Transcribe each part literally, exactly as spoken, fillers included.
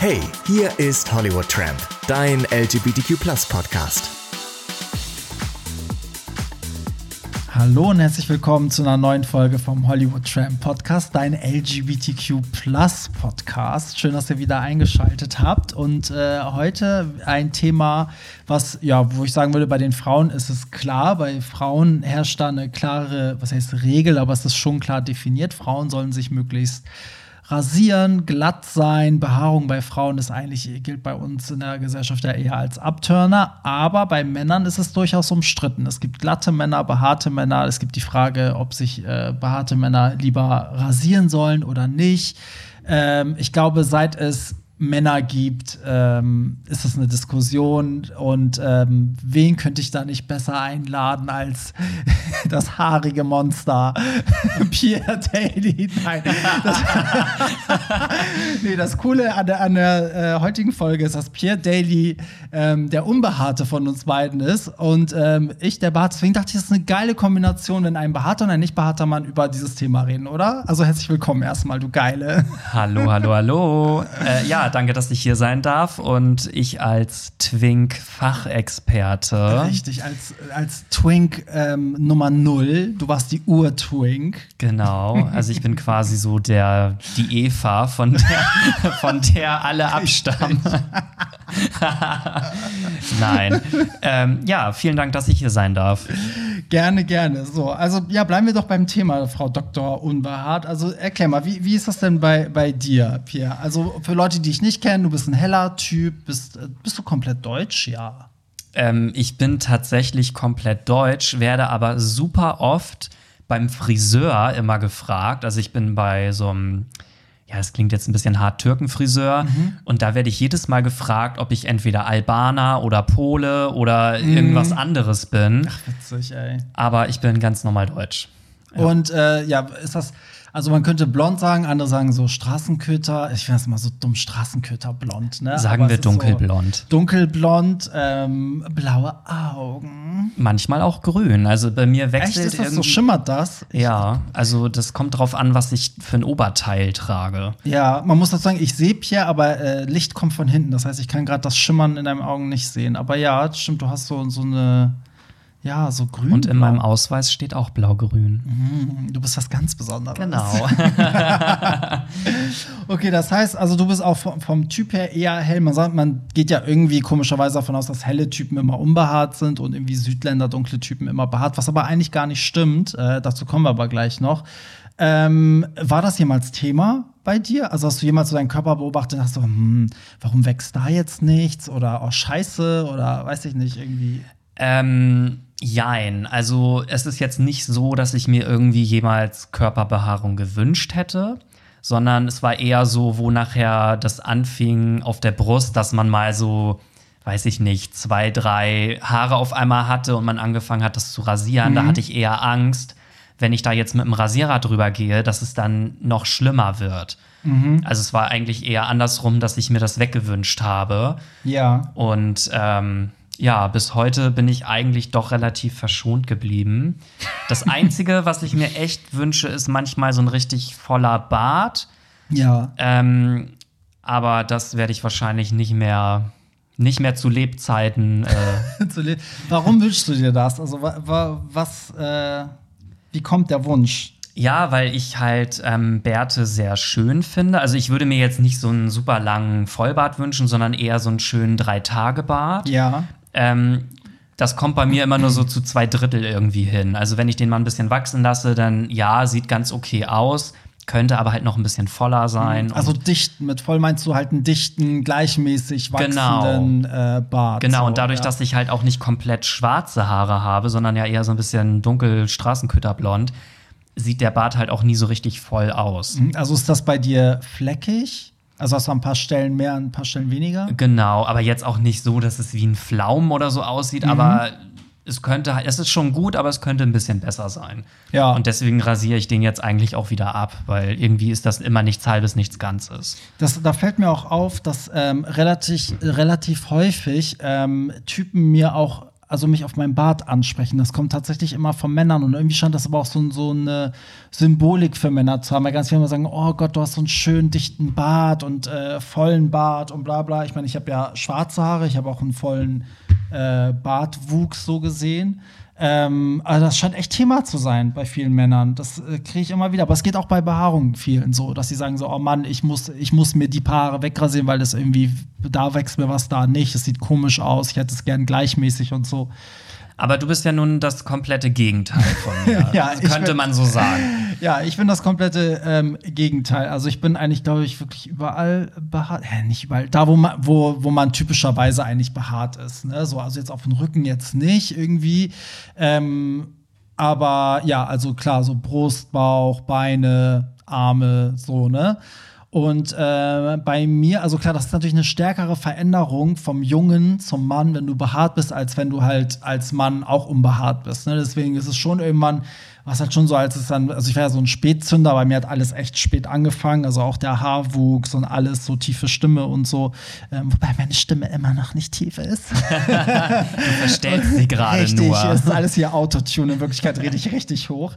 Hey, hier ist Hollywood Tramp, dein L G B T Q Plus Podcast. Hallo und herzlich willkommen zu einer neuen Folge vom Hollywood Tramp Podcast, dein L G B T Q Plus Podcast. Schön, dass ihr wieder eingeschaltet habt. Und äh, heute ein Thema, was, ja, wo ich sagen würde, bei den Frauen ist es klar. Bei Frauen herrscht da eine klare, was heißt Regel, aber es ist schon klar definiert. Frauen sollen sich möglichst rasieren, glatt sein. Behaarung bei Frauen ist eigentlich, gilt bei uns in der Gesellschaft ja eher als Abturner. Aber bei Männern ist es durchaus umstritten. Es gibt glatte Männer, behaarte Männer. Es gibt die Frage, ob sich äh, behaarte Männer lieber rasieren sollen oder nicht. Ähm, ich glaube, seit es Männer gibt, ähm, ist es eine Diskussion. Und ähm, wen könnte ich da nicht besser einladen als das haarige Monster Pierre Daly? Nein. Das, nee, das Coole an der, an der äh, heutigen Folge ist, dass Pierre Daly ähm, der Unbehaarte von uns beiden ist und ähm, ich der Behaarte. Deswegen dachte ich, das ist eine geile Kombination, wenn ein behaarter und ein nicht behaarter Mann über dieses Thema reden, oder? Also herzlich willkommen erstmal, du Geile. Hallo, hallo, hallo. äh, ja, danke, dass ich hier sein darf und ich als Twink-Fachexperte. Richtig, als, als Twink ähm, Nummer null. Du warst die Ur-Twink. Genau, also ich bin quasi so der, die Eva, von der, von der alle abstammen. Nein. Ähm, ja, vielen Dank, dass ich hier sein darf. Gerne, gerne. So, also ja, bleiben wir doch beim Thema, Frau Doktor Unbehaart. Also erklär mal, wie, wie ist das denn bei, bei dir, Pierre? Also für Leute, die ich nicht kenne, du bist ein heller Typ, bist, bist du komplett deutsch? Ja. Ähm, ich bin tatsächlich komplett deutsch, werde aber super oft beim Friseur immer gefragt. Also ich bin bei so einem, ja, das klingt jetzt ein bisschen hart, Türkenfriseur. Mhm. Und da werde ich jedes Mal gefragt, ob ich entweder Albaner oder Pole oder mhm. irgendwas anderes bin. Ach, witzig, ey. Aber ich bin ganz normal deutsch. Ja. Und äh, ja, ist das, also man könnte blond sagen, andere sagen so Straßenköter. Ich finde das immer so dumm, Straßenköter blond, ne? Sagen wir dunkelblond. So dunkelblond, ähm, blaue Augen. Manchmal auch grün. Also bei mir wechselt Echt, ist das so, schimmert das? Ja, also das kommt drauf an, was ich für ein Oberteil trage. Ja, man muss dazu sagen, ich sehe Pierre, aber äh, Licht kommt von hinten. Das heißt, ich kann gerade das Schimmern in deinen Augen nicht sehen. Aber ja, stimmt, du hast so, so eine, ja, so grün. Und in meinem Ausweis steht auch blau-grün. Mhm, du bist was ganz Besonderes. Genau. Okay, das heißt, also du bist auch vom, vom Typ her eher hell. Man sagt, man geht ja irgendwie komischerweise davon aus, dass helle Typen immer unbehaart sind und irgendwie Südländer, dunkle Typen immer behaart, was aber eigentlich gar nicht stimmt. Äh, dazu kommen wir aber gleich noch. Ähm, war das jemals Thema bei dir? Also hast du jemals so deinen Körper beobachtet und hast so, hm, warum wächst da jetzt nichts? Oder oh, scheiße, oder weiß ich nicht, irgendwie. Ähm, jein. Also es ist jetzt nicht so, dass ich mir irgendwie jemals Körperbehaarung gewünscht hätte, sondern es war eher so, wo nachher das anfing auf der Brust, dass man mal so, weiß ich nicht, zwei, drei Haare auf einmal hatte und man angefangen hat, das zu rasieren. Mhm. Da hatte ich eher Angst, wenn ich da jetzt mit dem Rasierer drüber gehe, dass es dann noch schlimmer wird. Mhm. Also es war eigentlich eher andersrum, dass ich mir das weggewünscht habe. Ja. Und ähm, ja, bis heute bin ich eigentlich doch relativ verschont geblieben. Das Einzige, was ich mir echt wünsche, ist manchmal so ein richtig voller Bart. Ja. Ähm, aber das werde ich wahrscheinlich nicht mehr, nicht mehr zu Lebzeiten. Äh zu le- Warum wünschst du dir das? Also wa- wa- was, äh, wie kommt der Wunsch? Ja, weil ich halt ähm, Bärte sehr schön finde. Also ich würde mir jetzt nicht so einen super langen Vollbart wünschen, sondern eher so einen schönen Drei-Tage-Bart. Ja. Ähm, das kommt bei mir immer nur so zu zwei Drittel irgendwie hin. Also wenn ich den mal ein bisschen wachsen lasse, dann ja, sieht ganz okay aus, könnte aber halt noch ein bisschen voller sein. Also dicht, mit voll meinst du halt einen dichten, gleichmäßig wachsenden genau. äh, Bart. Genau, so, und dadurch, ja. dass ich halt auch nicht komplett schwarze Haare habe, sondern ja eher so ein bisschen dunkel Straßenköterblond, sieht der Bart halt auch nie so richtig voll aus. Also ist das bei dir fleckig? Also hast du an ein paar Stellen mehr, an ein paar Stellen weniger? Genau, aber jetzt auch nicht so, dass es wie ein Pflaumen oder so aussieht, mhm. aber es könnte halt, es ist schon gut, aber es könnte ein bisschen besser sein. Ja. Und deswegen rasiere ich den jetzt eigentlich auch wieder ab, weil irgendwie ist das immer nichts Halbes, nichts Ganzes. Das, da fällt mir auch auf, dass ähm, relativ, relativ häufig ähm, Typen mir auch also mich auf meinen Bart ansprechen. Das kommt tatsächlich immer von Männern. Und irgendwie scheint das aber auch so, so eine Symbolik für Männer zu haben. Weil ganz viele immer sagen, oh Gott, du hast so einen schönen, dichten Bart und äh, vollen Bart und bla bla. Ich meine, ich habe ja schwarze Haare, ich habe auch einen vollen äh, Bartwuchs so gesehen. Ähm, also das scheint echt Thema zu sein bei vielen Männern. Das äh, kriege ich immer wieder. Aber es geht auch bei Behaarung vielen so, dass sie sagen so, oh Mann, ich muss, ich muss mir die Haare wegrasieren, weil das irgendwie, da wächst mir was, da nicht. Es sieht komisch aus, ich hätte es gern gleichmäßig und so. Aber du bist ja nun das komplette Gegenteil von mir. Ja, das könnte bin, man so sagen. Ja, ich bin das komplette ähm, Gegenteil. Also ich bin eigentlich, glaube ich, wirklich überall behaart. Ja, nicht überall. Da, wo man, wo, wo man typischerweise eigentlich behaart ist. Ne? So, also jetzt auf dem Rücken jetzt nicht irgendwie. Ähm, aber ja, also klar, so Brust, Bauch, Beine, Arme, so, ne? Und äh, bei mir, also klar, das ist natürlich eine stärkere Veränderung vom Jungen zum Mann, wenn du behaart bist, als wenn du halt als Mann auch unbehaart bist. Ne? Deswegen ist es schon irgendwann, was halt schon so, als es dann, also ich war ja so ein Spätzünder, bei mir hat alles echt spät angefangen, also auch der Haarwuchs und alles, so tiefe Stimme und so. Ähm, wobei meine Stimme immer noch nicht tief ist. Du verstellst sie gerade nur. Richtig, ist alles hier Autotune, in Wirklichkeit rede ich richtig hoch.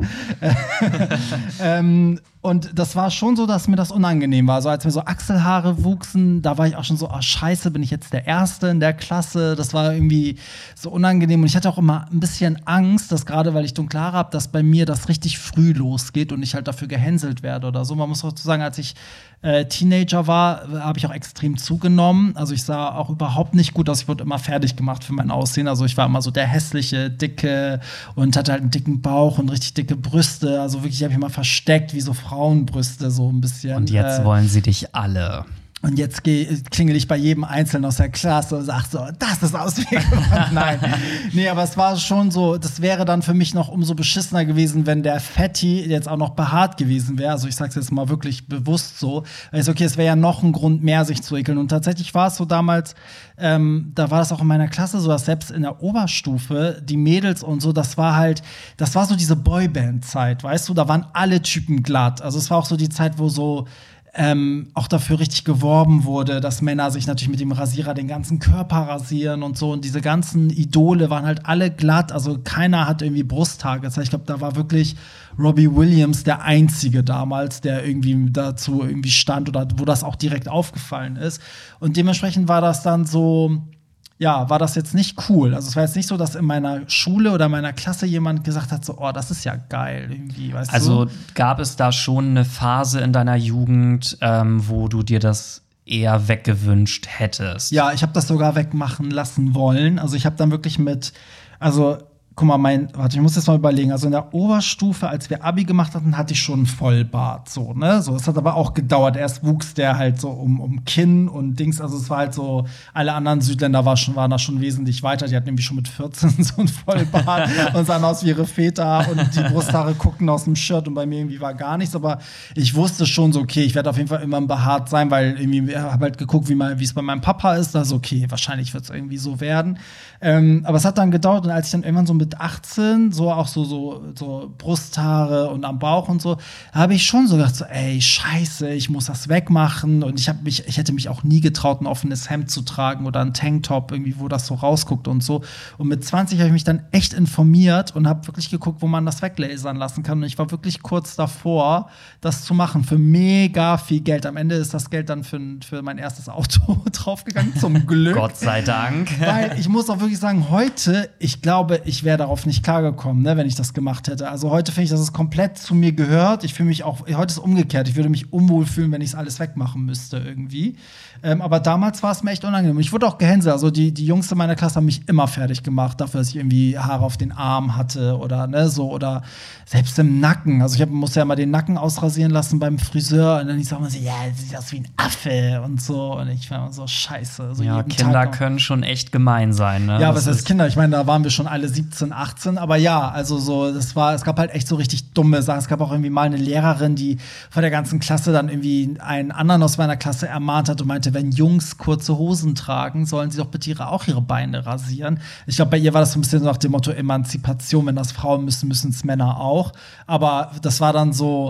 ähm, Und das war schon so, dass mir das unangenehm war. So als mir so Achselhaare wuchsen, da war ich auch schon so, oh scheiße, bin ich jetzt der Erste in der Klasse? Das war irgendwie so unangenehm. Und ich hatte auch immer ein bisschen Angst, dass gerade, weil ich dunkle Haare habe, dass bei mir das richtig früh losgeht und ich halt dafür gehänselt werde oder so. Man muss auch sagen, als ich äh, Teenager war, habe ich auch extrem zugenommen. Also ich sah auch überhaupt nicht gut aus. Ich wurde immer fertig gemacht für mein Aussehen. Also ich war immer so der hässliche, dicke und hatte halt einen dicken Bauch und richtig dicke Brüste. Also wirklich, habe ich immer versteckt, wie so Frauenbrüste so ein bisschen. Und jetzt äh, wollen sie dich alle. Und jetzt klingel ich bei jedem Einzelnen aus der Klasse und sag so, das ist Ausweg. Nein. Nee, aber es war schon so, das wäre dann für mich noch umso beschissener gewesen, wenn der Fatty jetzt auch noch behaart gewesen wäre. Also ich sag's jetzt mal wirklich bewusst so. Also okay, es wäre ja noch ein Grund mehr, sich zu ekeln. Und tatsächlich war es so damals, ähm, da war das auch in meiner Klasse so, dass selbst in der Oberstufe die Mädels und so, das war halt, das war so diese Boyband-Zeit, weißt du? Da waren alle Typen glatt. Also es war auch so die Zeit, wo so Ähm, auch dafür richtig geworben wurde, dass Männer sich natürlich mit dem Rasierer den ganzen Körper rasieren und so. Und diese ganzen Idole waren halt alle glatt. Also keiner hat irgendwie Brusthaare. Das heißt, ich glaube, da war wirklich Robbie Williams der Einzige damals, der irgendwie dazu irgendwie stand oder wo das auch direkt aufgefallen ist. Und dementsprechend war das dann so, ja, war das jetzt nicht cool. Also es war jetzt nicht so, dass in meiner Schule oder meiner Klasse jemand gesagt hat, so, oh, das ist ja geil irgendwie, weißt also du? Gab es da schon eine Phase in deiner Jugend, ähm, wo du dir das eher weggewünscht hättest? Ja, ich habe das sogar wegmachen lassen wollen. Also ich habe dann wirklich mit, also guck mal, mein, warte, ich muss jetzt mal überlegen. Also in der Oberstufe, als wir Abi gemacht hatten, hatte ich schon einen Vollbart, so, ne? So, es hat aber auch gedauert. Erst wuchs der halt so um, um Kinn und Dings. Also es war halt so, alle anderen Südländer war schon, waren da schon wesentlich weiter. Die hatten nämlich schon mit vierzehn so einen Vollbart und sahen aus wie ihre Väter und die Brusthaare guckten aus dem Shirt und bei mir irgendwie war gar nichts. Aber ich wusste schon so, okay, ich werde auf jeden Fall immer behaart sein, weil irgendwie, ich habe halt geguckt, wie mal, wie es bei meinem Papa ist. Also okay, wahrscheinlich wird es irgendwie so werden. Ähm, aber es hat dann gedauert und als ich dann irgendwann so mit achtzehn, so auch so, so, so Brusthaare und am Bauch und so, habe ich schon so gedacht, so, ey, scheiße, ich muss das wegmachen. Und ich habe mich, ich hätte mich auch nie getraut, ein offenes Hemd zu tragen oder ein Tanktop, irgendwie, wo das so rausguckt und so. Und mit zwanzig habe ich mich dann echt informiert und habe wirklich geguckt, wo man das weglasern lassen kann. Und ich war wirklich kurz davor, das zu machen, für mega viel Geld. Am Ende ist das Geld dann für, für mein erstes Auto draufgegangen, zum Glück. Gott sei Dank. Weil ich muss auch wirklich sagen, heute, ich glaube, ich wäre darauf nicht klargekommen, ne, wenn ich das gemacht hätte. Also heute finde ich, dass es komplett zu mir gehört. Ich fühle mich auch, heute ist umgekehrt. Ich würde mich unwohl fühlen, wenn ich es alles wegmachen müsste irgendwie. Ähm, aber damals war es mir echt unangenehm. Ich wurde auch gehänselt. Also die, die Jungs in meiner Klasse haben mich immer fertig gemacht, dafür, dass ich irgendwie Haare auf den Arm hatte oder ne, so. Oder selbst im Nacken. Also ich hab, musste ja mal den Nacken ausrasieren lassen beim Friseur. Und dann ich sag mal so, ja, das sieht aus wie ein Affe und so. Und ich war immer so, scheiße. So ja, Kinder können schon echt gemein sein, ne? Ja, was heißt Kinder? Ich meine, da waren wir schon alle siebzehn, achtzehn. Aber ja, also so, das war, es gab halt echt so richtig dumme Sachen. Es gab auch irgendwie mal eine Lehrerin, die von der ganzen Klasse dann irgendwie einen anderen aus meiner Klasse ermahnt hat und meinte, wenn Jungs kurze Hosen tragen, sollen sie doch bitte ihre, auch ihre Beine rasieren. Ich glaube, bei ihr war das so ein bisschen so nach dem Motto Emanzipation. Wenn das Frauen müssen, müssen es Männer auch. Aber das war dann so,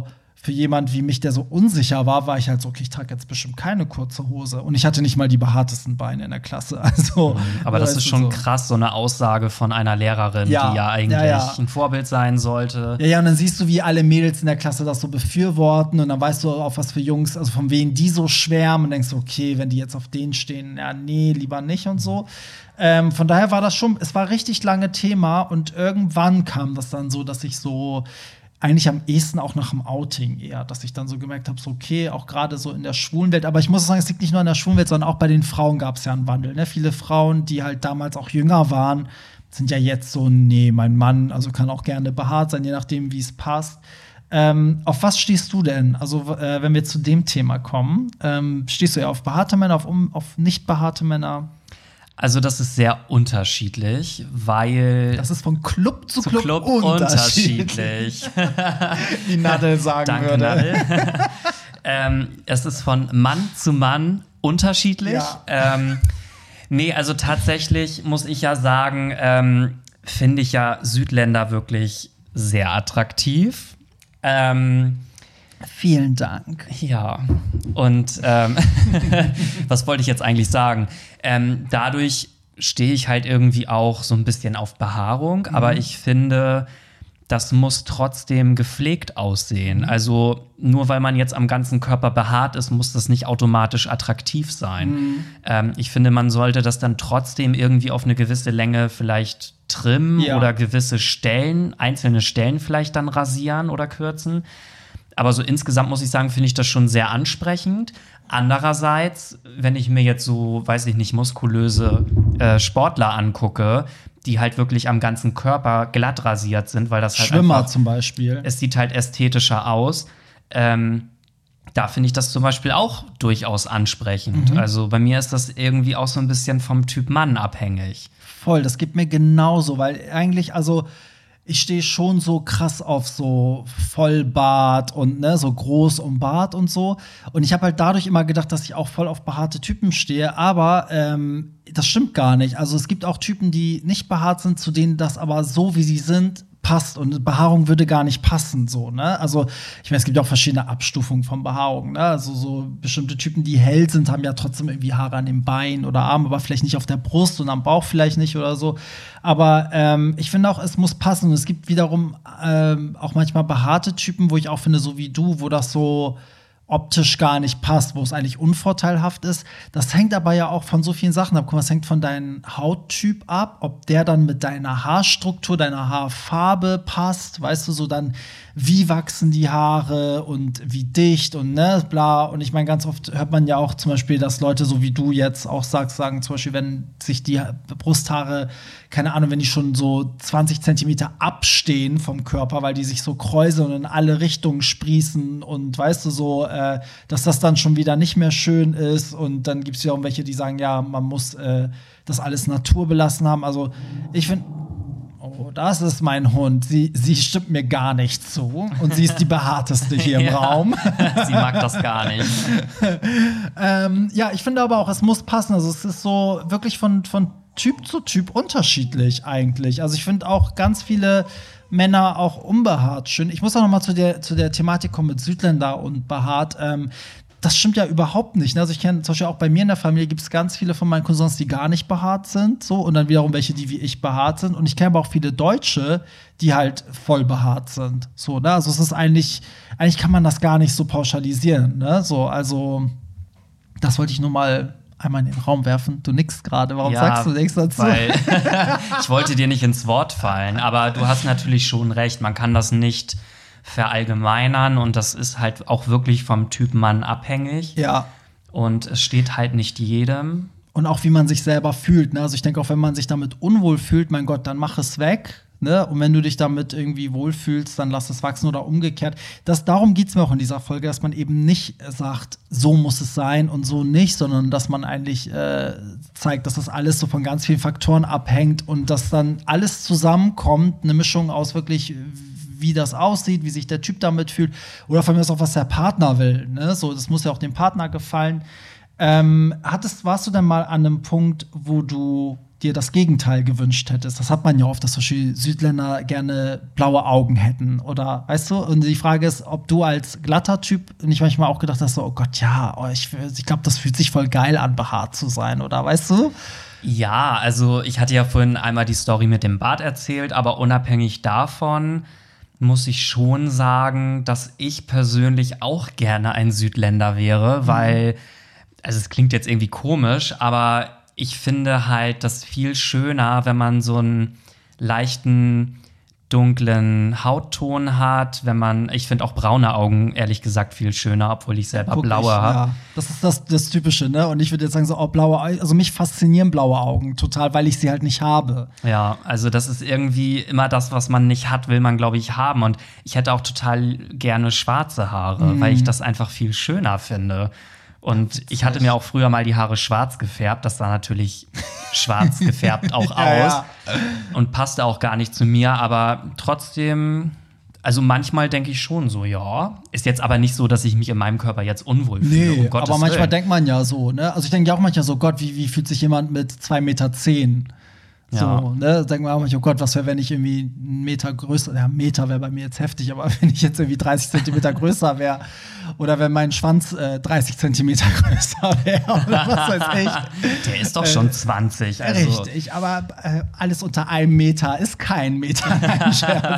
für jemand wie mich, der so unsicher war, war ich halt so, okay, ich trage jetzt bestimmt keine kurze Hose. Und ich hatte nicht mal die behaartesten Beine in der Klasse. Also, aber das ist schon so krass, so eine Aussage von einer Lehrerin, ja, die ja eigentlich ja, ja. ein Vorbild sein sollte. Ja, ja, und dann siehst du, wie alle Mädels in der Klasse das so befürworten. Und dann weißt du, auf was für Jungs, also von wem die so schwärmen. Und denkst du, okay, wenn die jetzt auf den stehen, ja, nee, lieber nicht und so. Ähm, von daher war das schon, es war richtig lange Thema. Und irgendwann kam das dann so, dass ich so eigentlich am ehesten auch nach dem Outing eher, dass ich dann so gemerkt habe, so okay, auch gerade so in der schwulen Welt, aber ich muss sagen, es liegt nicht nur in der schwulen Welt, sondern auch bei den Frauen gab es ja einen Wandel. Ne? Viele Frauen, die halt damals auch jünger waren, sind ja jetzt so, nee, mein Mann, also kann auch gerne behaart sein, je nachdem, wie es passt. Ähm, auf was stehst du denn? Also, äh, wenn wir zu dem Thema kommen, ähm, stehst du eher auf behaarte Männer, auf, um, auf nicht behaarte Männer? Also das ist sehr unterschiedlich, weil das ist von Club zu, zu Club, Club unterschiedlich. unterschiedlich. Wie Nadel sagen Danke, würde. Nadel. ähm, es ist von Mann zu Mann unterschiedlich. Ja. Ähm, nee, also tatsächlich muss ich ja sagen, ähm, finde ich ja Südländer wirklich sehr attraktiv. Ähm, Vielen Dank. Ja, und ähm, was wollte ich jetzt eigentlich sagen? Ähm, dadurch stehe ich halt irgendwie auch so ein bisschen auf Behaarung, mhm. aber ich finde, das muss trotzdem gepflegt aussehen. Mhm. Also nur weil man jetzt am ganzen Körper behaart ist, muss das nicht automatisch attraktiv sein. Mhm. Ähm, ich finde, man sollte das dann trotzdem irgendwie auf eine gewisse Länge vielleicht trimmen ja. oder gewisse Stellen, einzelne Stellen vielleicht dann rasieren oder kürzen. Aber so insgesamt muss ich sagen, finde ich das schon sehr ansprechend. Andererseits, wenn ich mir jetzt so, weiß ich nicht, muskulöse äh, Sportler angucke, die halt wirklich am ganzen Körper glatt rasiert sind, weil das halt Schwimmer einfach, zum Beispiel. Es sieht halt ästhetischer aus. Ähm, da finde ich das zum Beispiel auch durchaus ansprechend. Mhm. Also bei mir ist das irgendwie auch so ein bisschen vom Typ Mann abhängig. Voll, das gibt mir genauso, weil eigentlich, also ich stehe schon so krass auf so Vollbart und ne, so groß und Bart und so. Und ich habe halt dadurch immer gedacht, dass ich auch voll auf behaarte Typen stehe. Aber ähm, das stimmt gar nicht. Also es gibt auch Typen, die nicht behaart sind, zu denen das aber so, wie sie sind, passt. Und Behaarung würde gar nicht passen, so, ne? Also, ich meine, es gibt ja auch verschiedene Abstufungen von Behaarung, ne? Also, so bestimmte Typen, die hell sind, haben ja trotzdem irgendwie Haare an den Beinen oder Armen, aber vielleicht nicht auf der Brust und am Bauch vielleicht nicht oder so. Aber ähm, ich finde auch, es muss passen. Und es gibt wiederum ähm, auch manchmal behaarte Typen, wo ich auch finde, so wie du, wo das so optisch gar nicht passt, wo es eigentlich unvorteilhaft ist. Das hängt aber ja auch von so vielen Sachen ab. Guck mal, es hängt von deinem Hauttyp ab, ob der dann mit deiner Haarstruktur, deiner Haarfarbe passt, weißt du, so dann, wie wachsen die Haare und wie dicht und ne, bla. Und ich meine, ganz oft hört man ja auch zum Beispiel, dass Leute, so wie du jetzt auch sagst, sagen zum Beispiel, wenn sich die Brusthaare, keine Ahnung, wenn die schon so zwanzig Zentimeter abstehen vom Körper, weil die sich so kräuseln und in alle Richtungen sprießen und weißt du, so, äh, dass das dann schon wieder nicht mehr schön ist. Und dann gibt es ja auch welche, die sagen, ja, man muss äh, das alles naturbelassen haben. Also ich finde, oh, das ist mein Hund. Sie, sie stimmt mir gar nicht zu. Und sie ist die behaarteste hier im ja, Raum. Sie mag das gar nicht. ähm, ja, ich finde aber auch, es muss passen. Also es ist so wirklich von, von Typ zu Typ unterschiedlich eigentlich. Also ich finde auch ganz viele Männer auch unbehaart schön. Ich muss auch noch mal zu der, zu der Thematik kommen mit Südländer und behaart. Ähm, das stimmt ja überhaupt nicht. Ne? Also ich kenne zum Beispiel auch bei mir in der Familie gibt es ganz viele von meinen Cousins, die gar nicht behaart sind. So. Und dann wiederum welche, die wie ich behaart sind. Und ich kenne aber auch viele Deutsche, die halt voll behaart sind. So, ne? Also es ist eigentlich, eigentlich kann man das gar nicht so pauschalisieren. Ne? So, also das wollte ich nur mal einmal in den Raum werfen. Du nickst gerade. Warum ja, sagst du nichts dazu? Weil ich wollte dir nicht ins Wort fallen. Aber du hast natürlich schon recht. Man kann das nicht verallgemeinern und das ist halt auch wirklich vom Typ Mann abhängig. Ja. Und es steht halt nicht jedem. Und auch wie man sich selber fühlt. Ne? Also ich denke auch, wenn man sich damit unwohl fühlt, mein Gott, dann mach es weg. Ne? Und wenn du dich damit irgendwie wohlfühlst, dann lass es wachsen oder umgekehrt. Das, darum geht es mir auch in dieser Folge, dass man eben nicht sagt, so muss es sein und so nicht, sondern dass man eigentlich äh, zeigt, dass das alles so von ganz vielen Faktoren abhängt und dass dann alles zusammenkommt, eine Mischung aus wirklich, wie das aussieht, wie sich der Typ damit fühlt oder von mir aus auch, was der Partner will. Ne? So, das muss ja auch dem Partner gefallen. Ähm, hattest, warst du denn mal an einem Punkt, wo du dir das Gegenteil gewünscht hättest. Das hat man ja oft, dass zum Beispiel Südländer gerne blaue Augen hätten oder, weißt du? Und die Frage ist, ob du als glatter Typ nicht manchmal auch gedacht hast, so, oh Gott, ja, oh, ich, ich glaube, das fühlt sich voll geil an, behaart zu sein, oder, weißt du? Ja, also ich hatte ja vorhin einmal die Story mit dem Bart erzählt, aber unabhängig davon muss ich schon sagen, dass ich persönlich auch gerne ein Südländer wäre, mhm. weil, also es klingt jetzt irgendwie komisch, aber ich finde halt das viel schöner, wenn man so einen leichten, dunklen Hautton hat, wenn man, ich finde auch braune Augen, ehrlich gesagt, viel schöner, obwohl ich selber Guck blaue habe. Ja. Das ist das, das Typische, ne? Und ich würde jetzt sagen, so, oh, blaue Augen, also mich faszinieren blaue Augen total, weil ich sie halt nicht habe. Ja, also das ist irgendwie immer das, was man nicht hat, will man, glaube ich, haben. Und ich hätte auch total gerne schwarze Haare, mhm. weil ich das einfach viel schöner finde. Und ich hatte mir auch früher mal die Haare schwarz gefärbt. Das sah natürlich schwarz gefärbt auch aus. Ja, ja. Und passte auch gar nicht zu mir. Aber trotzdem, also manchmal denke ich schon so, ja. Ist jetzt aber nicht so, dass ich mich in meinem Körper jetzt unwohl fühle. Nee, um Gottes aber manchmal Willen. Denkt man ja so, ne? Also ich denke ja auch manchmal so, Gott, wie, wie fühlt sich jemand mit zwei Meter zehn? So, ja. ne, denkt man auch manchmal, oh Gott, was wäre, wenn ich irgendwie einen Meter größer, ja, Meter wäre bei mir jetzt heftig, aber wenn ich jetzt irgendwie dreißig Zentimeter größer wäre oder wenn mein Schwanz äh, dreißig Zentimeter größer wäre oder was weiß ich. Der ist doch schon zwanzig. Also. Richtig, aber äh, alles unter einem Meter ist kein Meter. Nein, Scherz.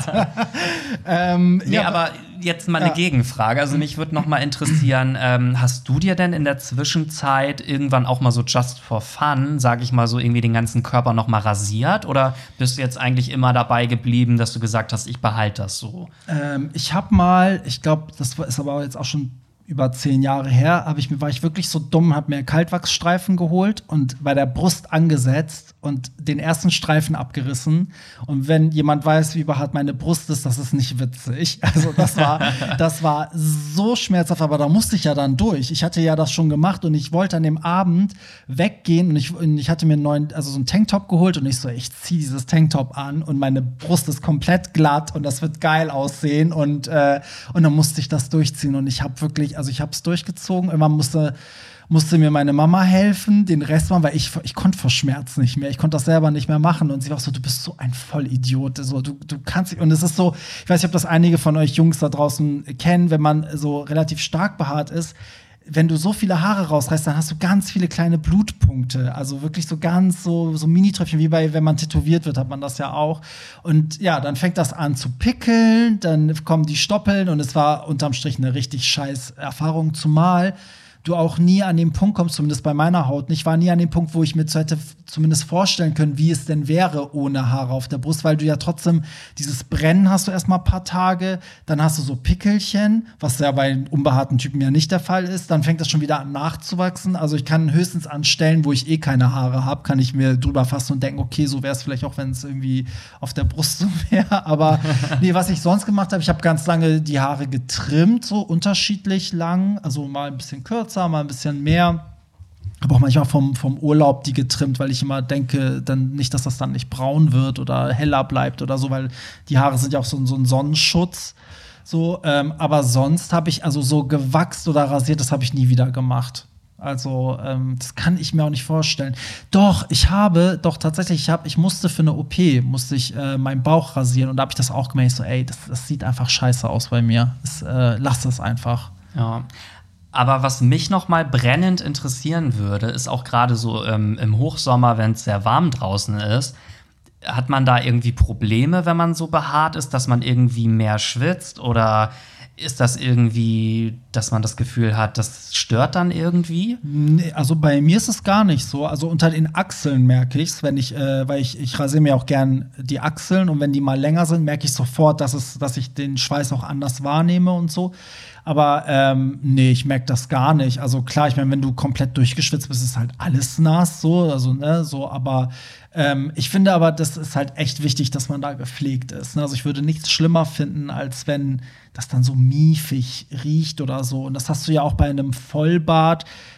ähm, nee, ja, aber jetzt mal eine ja. Gegenfrage. Also mich würde noch mal interessieren, ähm, hast du dir denn in der Zwischenzeit irgendwann auch mal so just for fun, sage ich mal so, irgendwie den ganzen Körper noch mal rasiert? Oder bist du jetzt eigentlich immer dabei geblieben, dass du gesagt hast, ich behalte das so? Ähm, ich habe mal, ich glaube, das ist aber jetzt auch schon über zehn Jahre her, hab ich mir, war ich wirklich so dumm, habe mir Kaltwachsstreifen geholt und bei der Brust angesetzt und den ersten Streifen abgerissen. Und wenn jemand weiß, wie behaart meine Brust ist, das ist nicht witzig. Also das war, das war so schmerzhaft, aber da musste ich ja dann durch. Ich hatte ja das schon gemacht und ich wollte an dem Abend weggehen und ich, und ich hatte mir einen neuen, also so einen Tanktop geholt und ich so, ich ziehe dieses Tanktop an und meine Brust ist komplett glatt und das wird geil aussehen und, äh, und dann musste ich das durchziehen und ich habe wirklich, also ich habe es durchgezogen. Irgendwann musste, musste mir meine Mama helfen, den Rest machen, weil ich, ich konnte vor Schmerz nicht mehr. Ich konnte das selber nicht mehr machen. Und sie war so, du bist so ein Vollidiot. So, du, du kannst nicht. Und es ist so, ich weiß nicht, ob das einige von euch Jungs da draußen kennen, wenn man so relativ stark behaart ist. Wenn du so viele Haare rausreißt, dann hast du ganz viele kleine Blutpunkte. Also wirklich so ganz so, so Mini-Tröpfchen, wie bei, wenn man tätowiert wird, hat man das ja auch. Und ja, dann fängt das an zu pickeln, dann kommen die Stoppeln und es war unterm Strich eine richtig scheiß Erfahrung, zumal du auch nie an den Punkt kommst, zumindest bei meiner Haut. Ich war nie an dem Punkt, wo ich mir hätte zumindest vorstellen können, wie es denn wäre ohne Haare auf der Brust, weil du ja trotzdem dieses Brennen hast du erstmal ein paar Tage, dann hast du so Pickelchen, was ja bei unbehaarten Typen ja nicht der Fall ist, dann fängt das schon wieder an nachzuwachsen. Also ich kann höchstens an Stellen, wo ich eh keine Haare habe, kann ich mir drüber fassen und denken, okay, so wäre es vielleicht auch, wenn es irgendwie auf der Brust so wäre. Aber nee, was ich sonst gemacht habe, ich habe ganz lange die Haare getrimmt, so unterschiedlich lang, also mal ein bisschen kürzer, mal ein bisschen mehr. Aber auch manchmal vom, vom Urlaub die getrimmt, weil ich immer denke, dann nicht, dass das dann nicht braun wird oder heller bleibt oder so, weil die Haare sind ja auch so, so ein Sonnenschutz. So, ähm, aber sonst habe ich also so gewachst oder rasiert, das habe ich nie wieder gemacht. Also, ähm, das kann ich mir auch nicht vorstellen. Doch, ich habe, doch tatsächlich, ich, hab, ich musste für eine O P, musste ich äh, meinen Bauch rasieren und da habe ich das auch gemerkt, so, ey, das, das sieht einfach scheiße aus bei mir. Das, äh, lass das einfach. Ja. Aber was mich noch mal brennend interessieren würde, ist auch gerade so ähm, im Hochsommer, wenn es sehr warm draußen ist, hat man da irgendwie Probleme, wenn man so behaart ist, dass man irgendwie mehr schwitzt? Oder ist das irgendwie, dass man das Gefühl hat, das stört dann irgendwie? Nee, also bei mir ist es gar nicht so. Also unter den Achseln merke ich es, wenn ich, äh, weil ich, ich rasiere mir auch gern die Achseln und wenn die mal länger sind, merke ich sofort, dass, es, dass ich den Schweiß auch anders wahrnehme und so. Aber ähm, nee, ich merke das gar nicht. Also klar, ich meine, wenn du komplett durchgeschwitzt bist, ist halt alles nass, so, also ne, so. Aber ähm, ich finde aber, das ist halt echt wichtig, dass man da gepflegt ist. Ne? Also ich würde nichts schlimmer finden, als wenn das dann so miefig riecht oder so. Und das hast du ja auch bei einem Vollbart.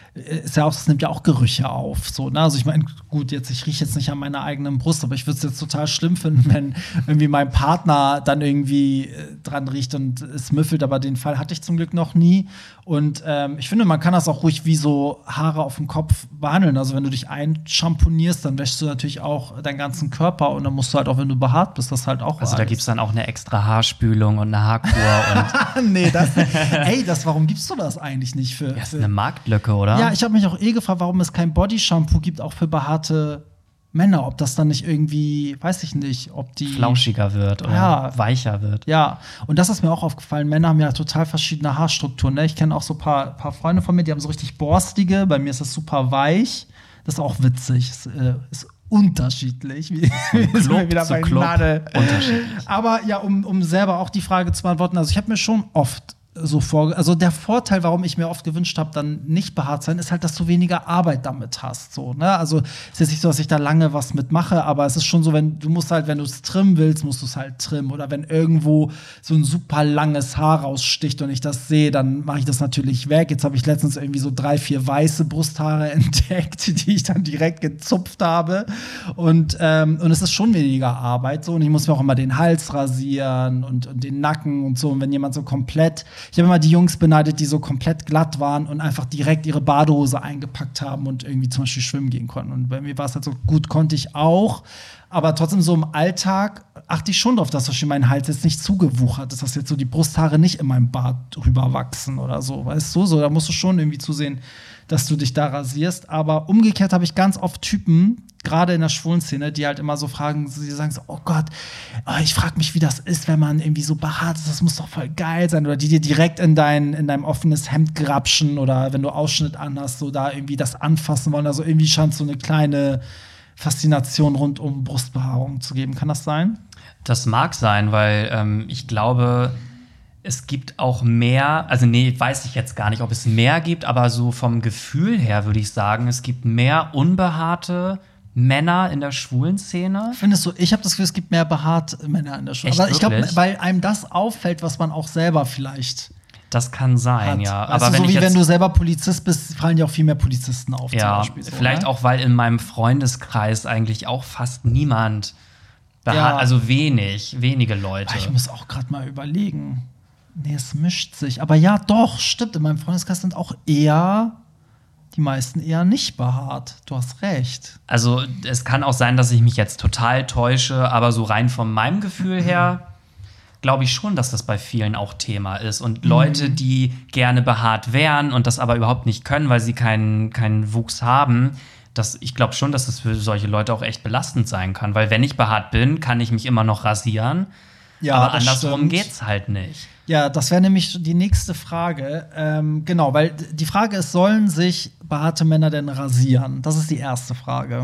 ist ja auch, das nimmt ja auch Gerüche auf. So, ne? Also ich meine, gut, jetzt, ich rieche jetzt nicht an meiner eigenen Brust, aber ich würde es jetzt total schlimm finden, wenn irgendwie mein Partner dann irgendwie äh, dran riecht und es müffelt, aber den Fall hatte ich zum Glück noch nie. Und ähm, ich finde, man kann das auch ruhig wie so Haare auf dem Kopf behandeln. Also wenn du dich einshampoonierst, dann wäschst du natürlich auch deinen ganzen Körper und dann musst du halt auch, wenn du behaart bist, das halt auch Also da gibt es dann auch eine extra Haarspülung und eine Haarkur. und nee, das, ey, das, warum gibst du das eigentlich nicht für? Ja, ist für eine Marktlücke, oder? Ja, ich habe mich auch eh gefragt, warum es kein Body-Shampoo gibt, auch für behaarte Männer. Ob das dann nicht irgendwie, weiß ich nicht, ob die flauschiger wird oder ja. weicher wird. Ja, und das ist mir auch aufgefallen. Männer haben ja total verschiedene Haarstrukturen. Ne? Ich kenne auch so ein paar, paar Freunde von mir, die haben so richtig borstige. Bei mir ist das super weich. Das ist auch witzig. Ist, äh, ist unterschiedlich. Wie Club wieder zu bei Club Nadel. unterschiedlich. Aber ja, um, um selber auch die Frage zu beantworten, also ich habe mir schon oft so vor, also der Vorteil, warum ich mir oft gewünscht habe, dann nicht behaart sein, ist halt, dass du weniger Arbeit damit hast. So, ne? Also es ist jetzt nicht so, dass ich da lange was mitmache, aber es ist schon so, wenn du musst halt, wenn du es trimmen willst, musst du es halt trimmen. Oder wenn irgendwo so ein super langes Haar raussticht und ich das sehe, dann mache ich das natürlich weg. Jetzt habe ich letztens irgendwie so drei, vier weiße Brusthaare entdeckt, die ich dann direkt gezupft habe. Und, ähm, und es ist schon weniger Arbeit. So. Und ich muss mir auch immer den Hals rasieren und, und den Nacken und so. Und wenn jemand so komplett Ich habe immer die Jungs beneidet, die so komplett glatt waren und einfach direkt ihre Badehose eingepackt haben und irgendwie zum Beispiel schwimmen gehen konnten. Und bei mir war es halt so, gut konnte ich auch. Aber trotzdem so im Alltag achte ich schon darauf, dass zum Beispiel mein Hals jetzt nicht zugewuchert ist, dass jetzt so die Brusthaare nicht in meinem Bart drüber wachsen oder so. Weißt du, so, da musst du schon irgendwie zusehen, dass du dich da rasierst. Aber umgekehrt habe ich ganz oft Typen, gerade in der schwulen Szene, die halt immer so fragen, sie sagen so, oh Gott, oh, ich frage mich, wie das ist, wenn man irgendwie so behaart ist, das muss doch voll geil sein. Oder die dir direkt in dein, in dein offenes Hemd grapschen oder wenn du Ausschnitt anhast, so da irgendwie das anfassen wollen. Also irgendwie scheint so eine kleine Faszination rund um Brustbehaarung zu geben. Kann das sein? Das mag sein, weil ähm, ich glaube, es gibt auch mehr, also nee, weiß ich jetzt gar nicht, ob es mehr gibt, aber so vom Gefühl her würde ich sagen, es gibt mehr unbehaarte Männer in der schwulen Szene. Findest du, ich habe das Gefühl, es gibt mehr behaarte Männer in der Schwule. Echt, Aber ich glaube, wirklich? weil einem das auffällt, was man auch selber vielleicht Das kann sein, hat. ja. Weißt Aber du, wenn so ich wie jetzt, wenn du selber Polizist bist, fallen dir auch viel mehr Polizisten auf. ja, zum Beispiel, so, vielleicht ne? auch, weil in meinem Freundeskreis eigentlich auch fast niemand behaart, Ja. also wenig, wenige Leute. Ah, ich muss auch gerade mal überlegen. Nee, es mischt sich. Aber ja, doch, stimmt. In meinem Freundeskreis sind auch eher die meisten eher nicht behaart. Du hast recht. Also es kann auch sein, dass ich mich jetzt total täusche, aber so rein von meinem Gefühl her glaube ich schon, dass das bei vielen auch Thema ist. Und Leute, die gerne behaart wären und das aber überhaupt nicht können, weil sie keinen, keinen Wuchs haben, das, ich glaube schon, dass das für solche Leute auch echt belastend sein kann. Weil wenn ich behaart bin, kann ich mich immer noch rasieren. Ja, aber das andersrum stimmt. geht's halt nicht. Ja, das wäre nämlich die nächste Frage. Ähm, genau, weil die Frage ist, sollen sich behaarte Männer denn rasieren? Das ist die erste Frage.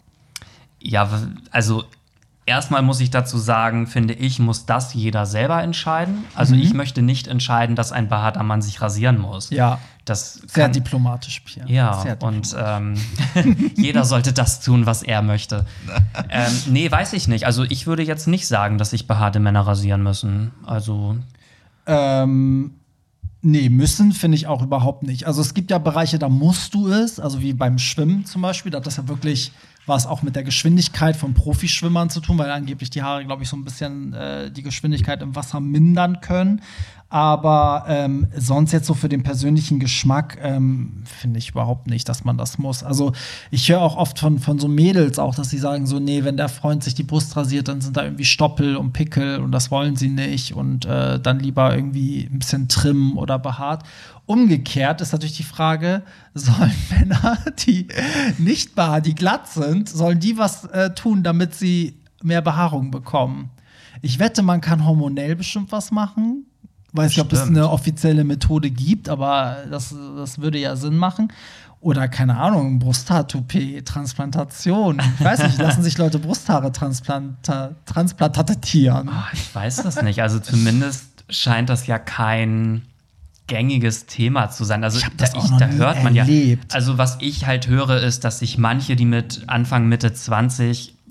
Ja, also erstmal muss ich dazu sagen, finde ich, muss das jeder selber entscheiden. Also Mhm. ich möchte nicht entscheiden, dass ein behaarter Mann sich rasieren muss. Ja, Das sehr kann, diplomatisch, Pierre. Ja, Sehr diplomatisch. und ähm, jeder sollte das tun, was er möchte. ähm, nee, weiß ich nicht. Also ich würde jetzt nicht sagen, dass sich behaarte Männer rasieren müssen. Also Ähm, nee, müssen finde ich auch überhaupt nicht. Also es gibt ja Bereiche, da musst du es, also wie beim Schwimmen zum Beispiel, da hat das ja wirklich was auch mit der Geschwindigkeit von Profischwimmern zu tun, weil angeblich die Haare, glaube ich, so ein bisschen äh, die Geschwindigkeit im Wasser mindern können. Aber ähm, sonst jetzt so für den persönlichen Geschmack ähm, finde ich überhaupt nicht, dass man das muss. Also ich höre auch oft von, von so Mädels auch, dass sie sagen so, nee, wenn der Freund sich die Brust rasiert, dann sind da irgendwie Stoppel und Pickel und das wollen sie nicht und äh, dann lieber irgendwie ein bisschen trimmen oder behaart. Umgekehrt ist natürlich die Frage, sollen Männer, die nicht behaart, die glatt sind, sollen die was äh, tun, damit sie mehr Behaarung bekommen? Ich wette, man kann hormonell bestimmt was machen. Weiß nicht, ob es Stimmt. eine offizielle Methode gibt, aber das, das würde ja Sinn machen. Oder, keine Ahnung, Brusthaar-Toupet, Transplantation. Ich weiß nicht, lassen sich Leute Brusthaare transplanta- transplantieren? oh, ich weiß das nicht. Also zumindest scheint das ja kein gängiges Thema zu sein. Also Ich hab das da, auch noch da nie hört man erlebt. ja. Also was ich halt höre, ist, dass sich manche, die mit Anfang Mitte zwanzig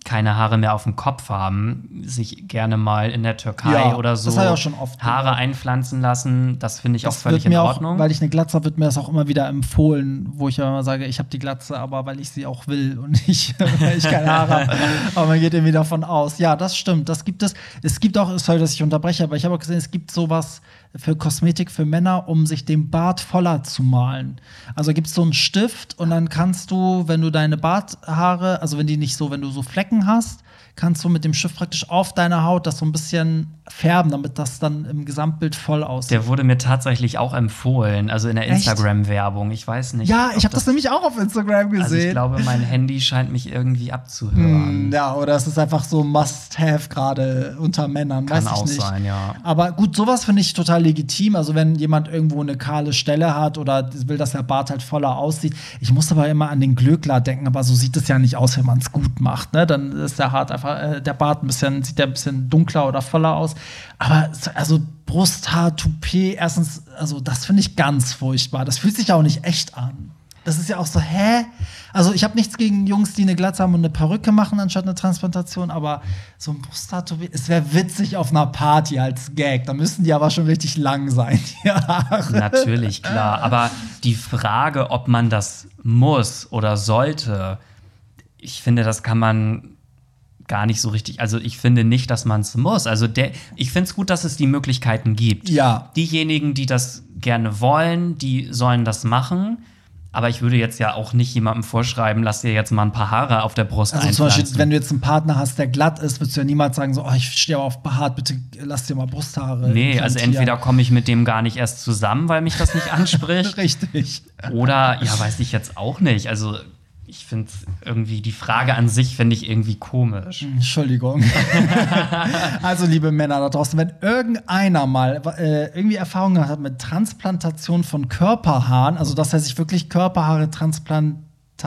keine Haare mehr auf dem Kopf haben, sich gerne mal in der Türkei Ja, oder so das hab ich auch schon oft Haare gehört. einpflanzen lassen. Das finde ich auch Das völlig wird in mir Ordnung. Auch, weil ich eine Glatze habe, wird mir das auch immer wieder empfohlen, wo ich immer sage, ich habe die Glatze, aber weil ich sie auch will und nicht, weil ich keine Haare habe. Aber man geht irgendwie davon aus. Ja, das stimmt. Das gibt es. Es gibt auch, sorry, dass ich unterbreche, aber ich habe auch gesehen, es gibt sowas für Kosmetik für Männer, um sich den Bart voller zu malen. Also gibt es so einen Stift und dann kannst du, wenn du deine Barthaare, also wenn die nicht so, wenn du so Flecken hast, kannst du mit dem Stift praktisch auf deiner Haut das so ein bisschen färben, damit das dann im Gesamtbild voll aussieht. Der wurde mir tatsächlich auch empfohlen, also in der Echt? Instagram-Werbung. Ich weiß nicht. Ja, ich ob habe das, nämlich auch auf Instagram gesehen. Also ich glaube, mein Handy scheint mich irgendwie abzuhören. Hm, ja, oder es ist einfach so Must-Have gerade unter Männern, Kann weiß ich auch nicht. sein, ja. Aber gut, sowas finde ich total legitim. Also wenn jemand irgendwo eine kahle Stelle hat oder will, dass der Bart halt voller aussieht. Ich muss aber immer an den Glöckler denken, aber so sieht es ja nicht aus, wenn man es gut macht. Ne? Dann ist der Hart einfach, äh, der Bart ein bisschen, sieht der ein bisschen dunkler oder voller aus. Aber also Brusthaar, Toupet, erstens, also das finde ich ganz furchtbar. Das fühlt sich auch nicht echt an. Das ist ja auch so, hä? Also ich habe nichts gegen Jungs, die eine Glatze haben und eine Perücke machen anstatt eine Transplantation, aber so ein Brusthaar-Toupet, es wäre witzig auf einer Party als Gag. Da müssten die aber schon richtig lang sein, die Haare. Natürlich, klar. Aber die Frage, ob man das muss oder sollte, ich finde, das kann man gar nicht so richtig. Also ich finde nicht, dass man es muss. Also der, ich finde es gut, dass es die Möglichkeiten gibt. Ja. Diejenigen, die das gerne wollen, die sollen das machen. Aber ich würde jetzt ja auch nicht jemandem vorschreiben, lass dir jetzt mal ein paar Haare auf der Brust Also einpflanzen. zum Beispiel, wenn du jetzt einen Partner hast, der glatt ist, würdest du ja niemals sagen, so, oh, ich stehe aber auf behaart, bitte lass dir mal Brusthaare. Nee, also implantieren. entweder komme ich mit dem gar nicht erst zusammen, weil mich das nicht anspricht. Richtig. Oder, ja, weiß ich jetzt auch nicht. Also ich finde irgendwie, die Frage an sich finde ich irgendwie komisch. Entschuldigung. Also, liebe Männer da draußen, wenn irgendeiner mal äh, irgendwie Erfahrungen hat mit Transplantation von Körperhaaren, also dass er sich wirklich Körperhaare transplantiert,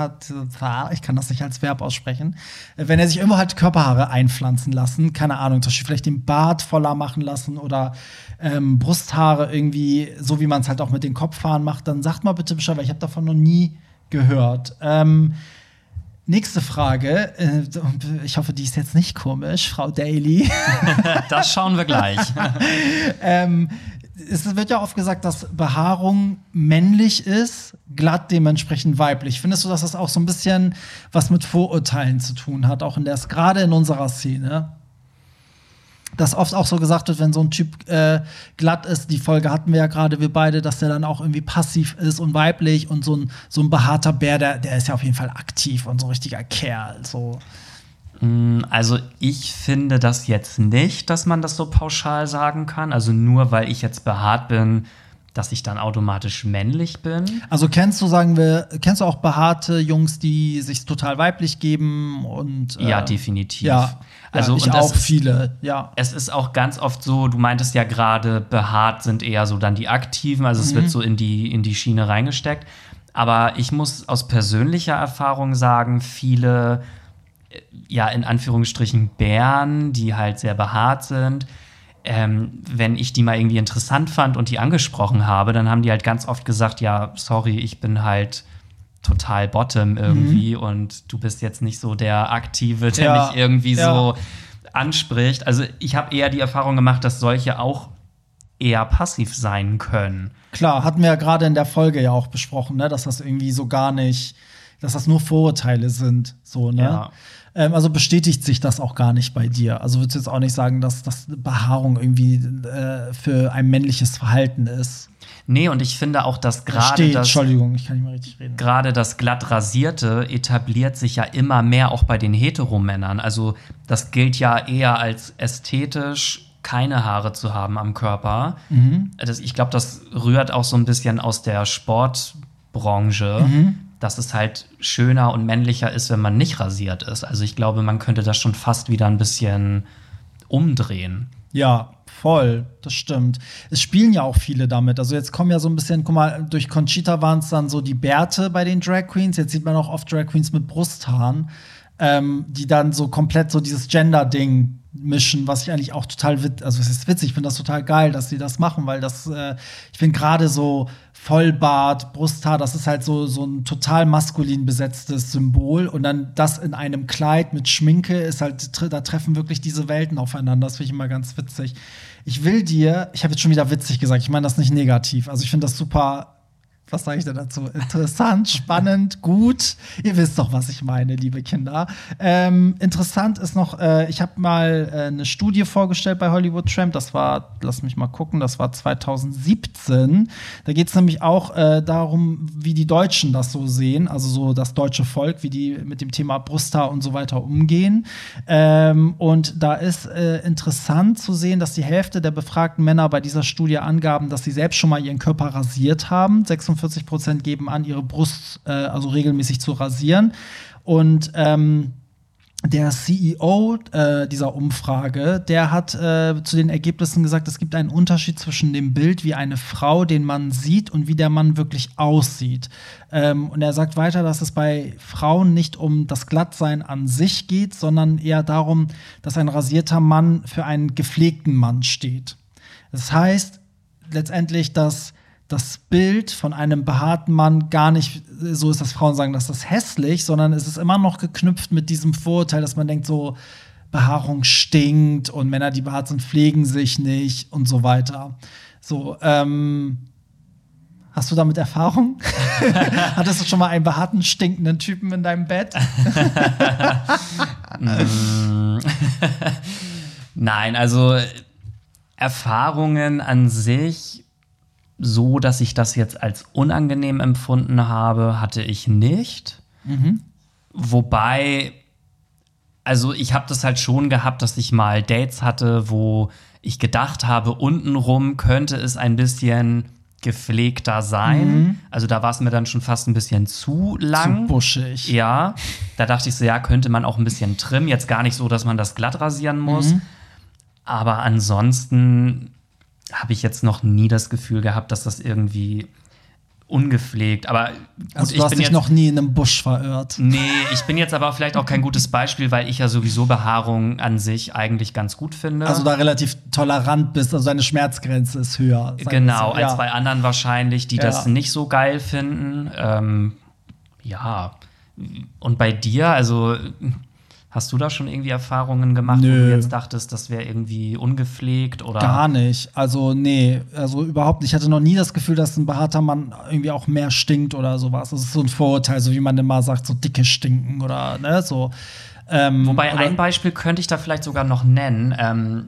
ich kann das nicht als Verb aussprechen, wenn er sich irgendwo halt Körperhaare einpflanzen lassen, keine Ahnung, zum Beispiel vielleicht den Bart voller machen lassen oder ähm, Brusthaare irgendwie, so wie man es halt auch mit den Kopfhaaren macht, dann sagt mal bitte Bescheid, weil ich habe davon noch nie gehört. Ähm, nächste Frage. Äh, ich hoffe, die ist jetzt nicht komisch, Frau Daly. Das schauen wir gleich. ähm, es wird ja oft gesagt, dass Behaarung männlich ist, glatt dementsprechend weiblich. Findest du, dass das auch so ein bisschen was mit Vorurteilen zu tun hat, auch in der, gerade in unserer Szene? Dass oft auch so gesagt wird, wenn so ein Typ äh, glatt ist, die Folge hatten wir ja gerade, wir beide, dass der dann auch irgendwie passiv ist und weiblich und so ein, so ein behaarter Bär, der, der ist ja auf jeden Fall aktiv und so ein richtiger Kerl. So. Also ich finde das jetzt nicht, dass man das so pauschal sagen kann. Also nur weil ich jetzt behaart bin, dass ich dann automatisch männlich bin. Also kennst du, sagen wir, kennst du auch behaarte Jungs, die sich total weiblich geben und äh, Ja, definitiv. Ja, also ja, ich und auch es ist, viele, ja. Es ist auch ganz oft so, du meintest ja gerade, behaart sind eher so dann die Aktiven, also Mhm. es wird so in die, in die Schiene reingesteckt. Aber ich muss aus persönlicher Erfahrung sagen, viele, äh, ja, in Anführungsstrichen Bären, die halt sehr behaart sind, Ähm, wenn ich die mal irgendwie interessant fand und die angesprochen habe, dann haben die halt ganz oft gesagt, ja, sorry, ich bin halt total bottom irgendwie mhm. und du bist jetzt nicht so der Aktive, der ja. mich irgendwie ja. so anspricht. Also ich habe eher die Erfahrung gemacht, dass solche auch eher passiv sein können. Klar, hatten wir ja gerade in der Folge ja auch besprochen, ne, dass das irgendwie so gar nicht, dass das nur Vorurteile sind, so, ne? Ja. Ähm, also bestätigt sich das auch gar nicht bei dir. Also würdest du jetzt auch nicht sagen, dass das Behaarung irgendwie äh, für ein männliches Verhalten ist? Nee, und ich finde auch, dass gerade Steht, das Entschuldigung, ich kann nicht mehr richtig reden. Gerade das glatt rasierte etabliert sich ja immer mehr auch bei den Heteromännern. Also das gilt ja eher als ästhetisch, keine Haare zu haben am Körper. Mhm. Das, ich glaube, das rührt auch so ein bisschen aus der Sportbranche, Mhm. dass es halt schöner und männlicher ist, wenn man nicht rasiert ist. Also ich glaube, man könnte das schon fast wieder ein bisschen umdrehen. Ja, voll, das stimmt. Es spielen ja auch viele damit. Also jetzt kommen ja so ein bisschen, guck mal, durch Conchita waren es dann so die Bärte bei den Drag Queens. Jetzt sieht man auch oft Drag Queens mit Brusthaaren. ähm, die dann so komplett so dieses Gender-Ding mischen, was ich eigentlich auch total wit also es ist witzig, ich finde das total geil, dass sie das machen, weil das äh, ich finde gerade so Vollbart, Brusthaar, das ist halt so so ein total maskulin besetztes Symbol und dann das in einem Kleid mit Schminke ist halt, da treffen wirklich diese Welten aufeinander. Das finde ich immer ganz witzig. Ich will dir, ich habe jetzt schon wieder witzig gesagt, ich meine das nicht negativ. Also ich finde das super. Was sage ich denn dazu? Interessant, spannend, gut. Ihr wisst doch, was ich meine, liebe Kinder. Ähm, interessant ist noch, äh, ich habe mal äh, eine Studie vorgestellt bei Hollywood Tramp. Das war, lass mich mal gucken, das war zwanzig siebzehn. Da geht es nämlich auch äh, darum, wie die Deutschen das so sehen, also so das deutsche Volk, wie die mit dem Thema Brusthaar und so weiter umgehen. Ähm, und da ist äh, interessant zu sehen, dass die Hälfte der befragten Männer bei dieser Studie angaben, dass sie selbst schon mal ihren Körper rasiert haben. sechsundvierzig Prozent geben an, ihre Brust äh, also regelmäßig zu rasieren. Und ähm, der C E O äh, dieser Umfrage, der hat äh, zu den Ergebnissen gesagt, es gibt einen Unterschied zwischen dem Bild, wie eine Frau den Mann sieht und wie der Mann wirklich aussieht. Ähm, und er sagt weiter, dass es bei Frauen nicht um das Glattsein an sich geht, sondern eher darum, dass ein rasierter Mann für einen gepflegten Mann steht. Das heißt letztendlich, dass das Bild von einem behaarten Mann gar nicht so ist, dass Frauen sagen, dass das hässlich, sondern es ist immer noch geknüpft mit diesem Vorurteil, dass man denkt, so Behaarung stinkt und Männer, die behaart sind, pflegen sich nicht und so weiter. So, ähm, hast du damit Erfahrung? Hattest du schon mal einen behaarten, stinkenden Typen in deinem Bett? Nein, also Erfahrungen an sich so, dass ich das jetzt als unangenehm empfunden habe, hatte ich nicht. Mhm. Wobei, also ich habe das halt schon gehabt, dass ich mal Dates hatte, wo ich gedacht habe, untenrum könnte es ein bisschen gepflegter sein. Mhm. Also da war es mir dann schon fast ein bisschen zu lang. Zu buschig. Ja, da dachte ich so, ja, könnte man auch ein bisschen trimmen. Jetzt gar nicht so, dass man das glatt rasieren muss. Mhm. Aber ansonsten habe ich jetzt noch nie das Gefühl gehabt, dass das irgendwie ungepflegt. Aber gut, also du ich hast bin dich jetzt noch nie in einem Busch verirrt. Nee, ich bin jetzt aber vielleicht auch kein gutes Beispiel, weil ich ja sowieso Behaarung an sich eigentlich ganz gut finde. Also da relativ tolerant bist, also deine Schmerzgrenze ist höher. Genau, so. Ja. als bei anderen wahrscheinlich, die ja. das nicht so geil finden. Ähm, ja, und bei dir, also hast du da schon irgendwie Erfahrungen gemacht, Nö. wo du jetzt dachtest, das wäre irgendwie ungepflegt oder? Gar nicht. Also, nee, also überhaupt nicht. Ich hatte noch nie das Gefühl, dass ein behaarter Mann irgendwie auch mehr stinkt oder sowas. Das ist so ein Vorurteil, so wie man immer sagt, so dicke stinken oder ne, so. Ähm, Wobei oder ein Beispiel könnte ich da vielleicht sogar noch nennen, ähm,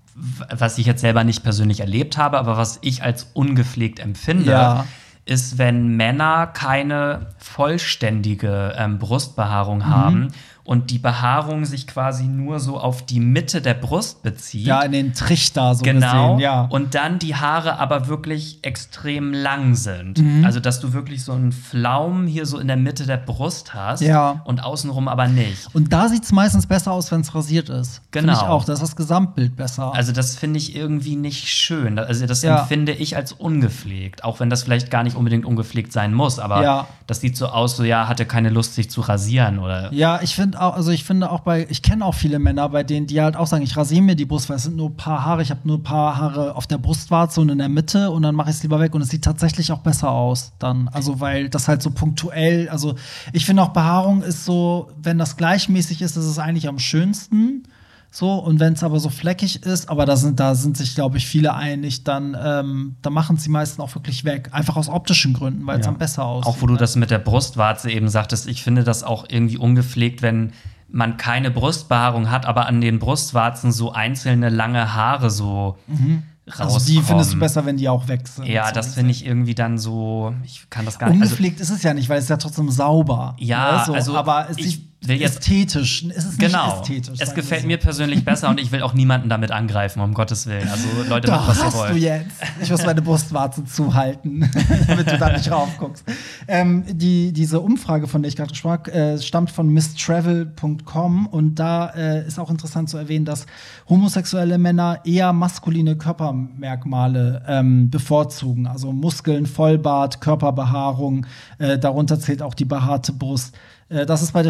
was ich jetzt selber nicht persönlich erlebt habe, aber was ich als ungepflegt empfinde. Ja. Ist, wenn Männer keine vollständige ähm, Brustbehaarung mhm. haben und die Behaarung sich quasi nur so auf die Mitte der Brust bezieht. Ja, in den Trichter so genau, gesehen, ja. Und dann die Haare aber wirklich extrem lang sind. Mhm. Also, dass du wirklich so einen Flaum hier so in der Mitte der Brust hast ja. und außenrum aber nicht. Und da sieht es meistens besser aus, wenn es rasiert ist. Genau. Finde ich auch, da ist das Gesamtbild besser. Also, das finde ich irgendwie nicht schön. Also, das ja. empfinde ich als ungepflegt. Auch wenn das vielleicht gar nicht unbedingt ungepflegt sein muss. Aber ja. das sieht so aus, so, ja, hatte keine Lust, sich zu rasieren, oder? Ja, ich finde auch, also ich finde auch bei, ich kenne auch viele Männer, bei denen die halt auch sagen, ich rasiere mir die Brust, weil es sind nur ein paar Haare, ich habe nur ein paar Haare auf der Brustwarze und in der Mitte und dann mache ich es lieber weg und es sieht tatsächlich auch besser aus dann. Also, weil das halt so punktuell, also ich finde auch Behaarung ist so, wenn das gleichmäßig ist, ist es eigentlich am schönsten. So, und wenn es aber so fleckig ist, aber da sind, da sind sich, glaube ich, viele einig, dann, ähm, dann machen es die meisten auch wirklich weg. Einfach aus optischen Gründen, weil es ja. dann besser aussieht. Auch wo du ne? das mit der Brustwarze eben sagtest, ich finde das auch irgendwie ungepflegt, wenn man keine Brustbehaarung hat, aber an den Brustwarzen so einzelne lange Haare so mhm. rauskommen. Also die findest du besser, wenn die auch weg sind. Ja, so das finde ich irgendwie dann so, ich kann das gar nicht. Ungepflegt also, ist es ja nicht, weil es ist ja trotzdem sauber. Ja, ne? so, also aber es ich sieht will jetzt ästhetisch. Es ist genau. nicht ästhetisch. Es gefällt so. mir persönlich besser und ich will auch niemanden damit angreifen, um Gottes Willen. Also Leute, Doch, macht, was hast ihr wollt. du jetzt. Ich muss meine Brustwarze zuhalten, damit du da nicht raufguckst. Ähm, die, diese Umfrage, von der ich gerade sprach, äh, stammt von miss travel punkt com und da äh, ist auch interessant zu erwähnen, dass homosexuelle Männer eher maskuline Körpermerkmale ähm, bevorzugen. Also Muskeln, Vollbart, Körperbehaarung, äh, darunter zählt auch die behaarte Brust. Das ist bei der Studie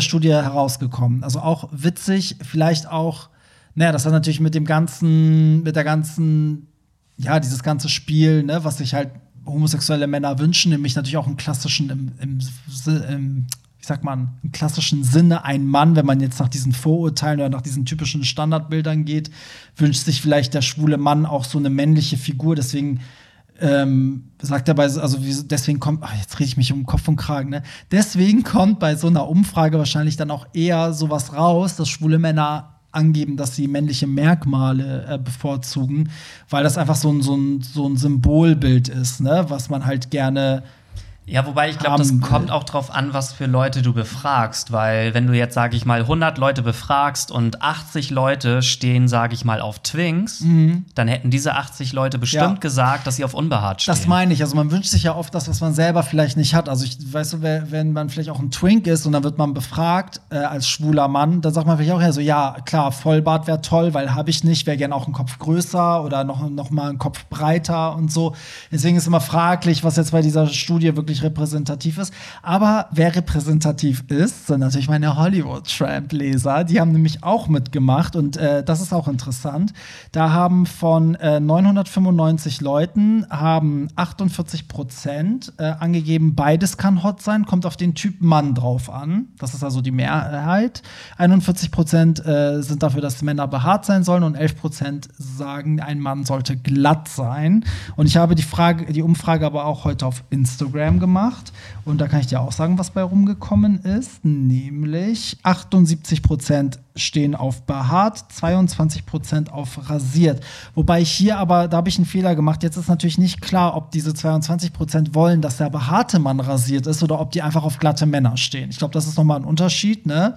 herausgekommen. Also auch witzig, vielleicht auch, naja, das hat natürlich mit dem ganzen, mit der ganzen, ja, dieses ganze Spiel, ne, was sich halt homosexuelle Männer wünschen, nämlich natürlich auch im klassischen, im, im, im wie sagt man, im klassischen Sinne ein Mann, wenn man jetzt nach diesen Vorurteilen oder nach diesen typischen Standardbildern geht, wünscht sich vielleicht der schwule Mann auch so eine männliche Figur. Deswegen ähm, sagt er bei, also deswegen kommt, ach, jetzt rede ich mich um Kopf und Kragen, ne? Deswegen kommt bei so einer Umfrage wahrscheinlich dann auch eher sowas raus, dass schwule Männer angeben, dass sie männliche Merkmale äh, bevorzugen, weil das einfach so ein, so ein, so ein Symbolbild ist, ne? Was man halt gerne Ja, wobei ich glaube, das kommt auch drauf an, was für Leute du befragst, weil wenn du jetzt, sage ich mal, hundert Leute befragst und achtzig Leute stehen, sage ich mal, auf Twinks, mhm. dann hätten diese achtzig Leute bestimmt ja. gesagt, dass sie auf unbehaart stehen. Das meine ich, also man wünscht sich ja oft das, was man selber vielleicht nicht hat. Also ich weißt du, wenn man vielleicht auch ein Twink ist und dann wird man befragt äh, als schwuler Mann, dann sagt man vielleicht auch ja so, ja, klar, Vollbart wäre toll, weil habe ich nicht, wäre gerne auch ein Kopf größer oder noch, noch mal ein Kopf breiter und so. Deswegen ist immer fraglich, was jetzt bei dieser Studie wirklich repräsentativ ist. Aber wer repräsentativ ist, sind natürlich meine Hollywood-Tramp-Leser. Die haben nämlich auch mitgemacht und äh, das ist auch interessant. Da haben von äh, neunhundertfünfundneunzig Leuten haben achtundvierzig Prozent äh, angegeben, beides kann hot sein, kommt auf den Typ Mann drauf an. Das ist also die Mehrheit. einundvierzig Prozent äh, sind dafür, dass Männer behaart sein sollen und elf Prozent sagen, ein Mann sollte glatt sein. Und ich habe die Frage, die Umfrage aber auch heute auf Instagram gemacht. Und da kann ich dir auch sagen, was bei rumgekommen ist. Nämlich achtundsiebzig Prozent stehen auf behaart, zweiundzwanzig Prozent auf rasiert. Wobei ich hier aber, da habe ich einen Fehler gemacht. Jetzt ist natürlich nicht klar, ob diese zweiundzwanzig Prozent wollen, dass der behaarte Mann rasiert ist oder ob die einfach auf glatte Männer stehen. Ich glaube, das ist nochmal ein Unterschied, ne?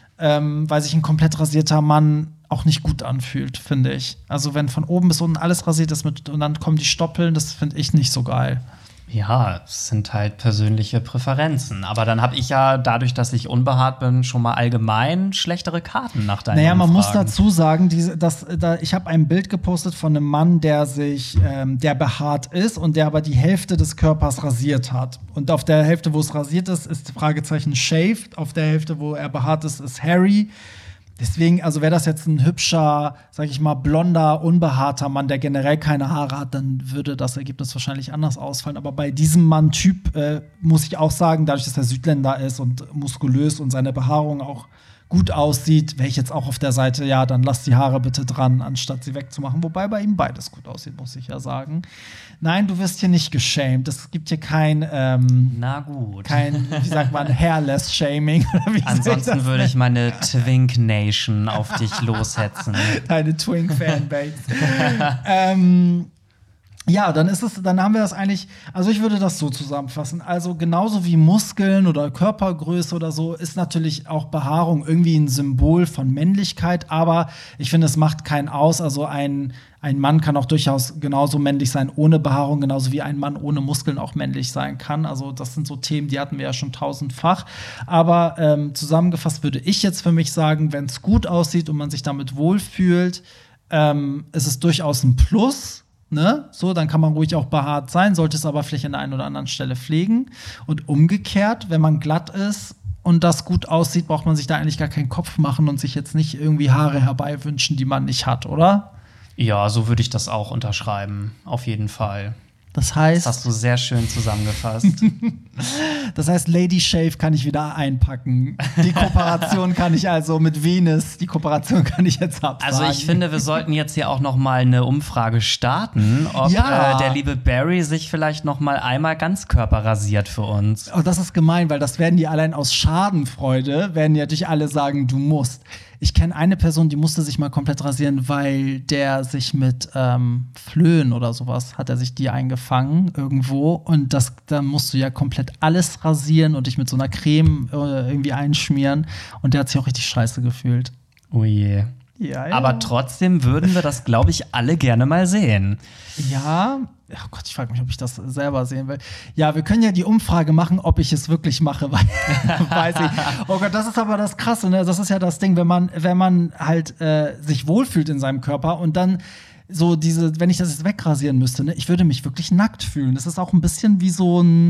Ähm, weil sich ein komplett rasierter Mann auch nicht gut anfühlt, finde ich. Also wenn von oben bis unten alles rasiert ist mit, und dann kommen die Stoppeln, das finde ich nicht so geil. Ja, es sind halt persönliche Präferenzen. Aber dann habe ich ja, dadurch, dass ich unbehaart bin, schon mal allgemein schlechtere Karten nach deinen Naja, man Umfragen. muss dazu sagen, diese, dass, da, ich habe ein Bild gepostet von einem Mann, der sich, ähm, der behaart ist und der aber die Hälfte des Körpers rasiert hat. Und auf der Hälfte, wo es rasiert ist, ist Fragezeichen shaved. Auf der Hälfte, wo er behaart ist, ist hairy. Deswegen, also wäre das jetzt ein hübscher, sag ich mal, blonder, unbehaarter Mann, der generell keine Haare hat, dann würde das Ergebnis wahrscheinlich anders ausfallen. Aber bei diesem Mann-Typ äh, muss ich auch sagen, dadurch, dass er Südländer ist und muskulös und seine Behaarung auch gut aussieht, wäre ich jetzt auch auf der Seite, ja, dann lass die Haare bitte dran, anstatt sie wegzumachen. Wobei bei ihm beides gut aussieht, muss ich ja sagen. Nein, du wirst hier nicht geschämt. Es gibt hier kein, ähm, Na gut. kein, wie sagt man, Hairless-Shaming. Ansonsten würde ich meine Twink Nation auf dich loshetzen. Deine Twink-Fanbase. ähm, Ja, dann ist es, dann haben wir das eigentlich, also ich würde das so zusammenfassen. Also genauso wie Muskeln oder Körpergröße oder so ist natürlich auch Behaarung irgendwie ein Symbol von Männlichkeit, aber ich finde, es macht keinen aus. Also ein, ein Mann kann auch durchaus genauso männlich sein ohne Behaarung, genauso wie ein Mann ohne Muskeln auch männlich sein kann. Also das sind so Themen, die hatten wir ja schon tausendfach. Aber ähm, zusammengefasst würde ich jetzt für mich sagen, wenn es gut aussieht und man sich damit wohlfühlt, ähm, ist es durchaus ein Plus. Ne? So, dann kann man ruhig auch behaart sein, sollte es aber vielleicht an der einen oder anderen Stelle pflegen. Und umgekehrt, wenn man glatt ist und das gut aussieht, braucht man sich da eigentlich gar keinen Kopf machen und sich jetzt nicht irgendwie Haare herbeiwünschen, die man nicht hat, oder? Ja, so würde ich das auch unterschreiben, auf jeden Fall. Das heißt, das hast du sehr schön zusammengefasst. Das heißt, Lady Shave kann ich wieder einpacken. Die Kooperation kann ich also mit Venus, die Kooperation kann ich jetzt absagen. Also ich finde, wir sollten jetzt hier auch noch mal eine Umfrage starten, ob ja. äh, der liebe Barry sich vielleicht noch mal einmal Ganzkörper rasiert für uns. Oh, das ist gemein, weil das werden die allein aus Schadenfreude, werden ja dich alle sagen, du musst. Ich kenne eine Person, die musste sich mal komplett rasieren, weil der sich mit ähm, Flöhen oder sowas, hat er sich die eingefangen irgendwo. Und das, da musst du ja komplett alles rasieren und dich mit so einer Creme äh, irgendwie einschmieren. Und der hat sich auch richtig scheiße gefühlt. Oh je. Ja, ja. Aber trotzdem würden wir das, glaube ich, alle gerne mal sehen. Ja, oh Gott, ich frage mich, ob ich das selber sehen will. Ja, wir können ja die Umfrage machen, ob ich es wirklich mache, weil, weiß ich. Oh Gott, das ist aber das Krasse, ne? Das ist ja das Ding, wenn man, wenn man halt äh, sich wohlfühlt in seinem Körper und dann so diese, wenn ich das jetzt wegrasieren müsste, ne? Ich würde mich wirklich nackt fühlen. Das ist auch ein bisschen wie so ein